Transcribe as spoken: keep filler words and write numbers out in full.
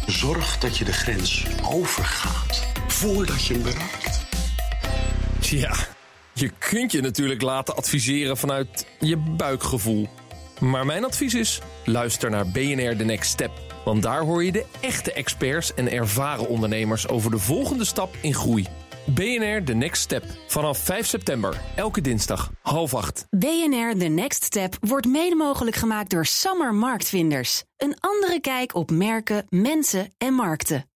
Zorg dat je de grens overgaat voordat je hem bereikt. Ja, je kunt je natuurlijk laten adviseren vanuit je buikgevoel. Maar mijn advies is, luister naar B N R The Next Step. Want daar hoor je de echte experts en ervaren ondernemers over de volgende stap in groei. B N R The Next Step. Vanaf vijf september, elke dinsdag, half acht. B N R The Next Step wordt mede mogelijk gemaakt door Summer Marktvinders. Een andere kijk op merken, mensen en markten.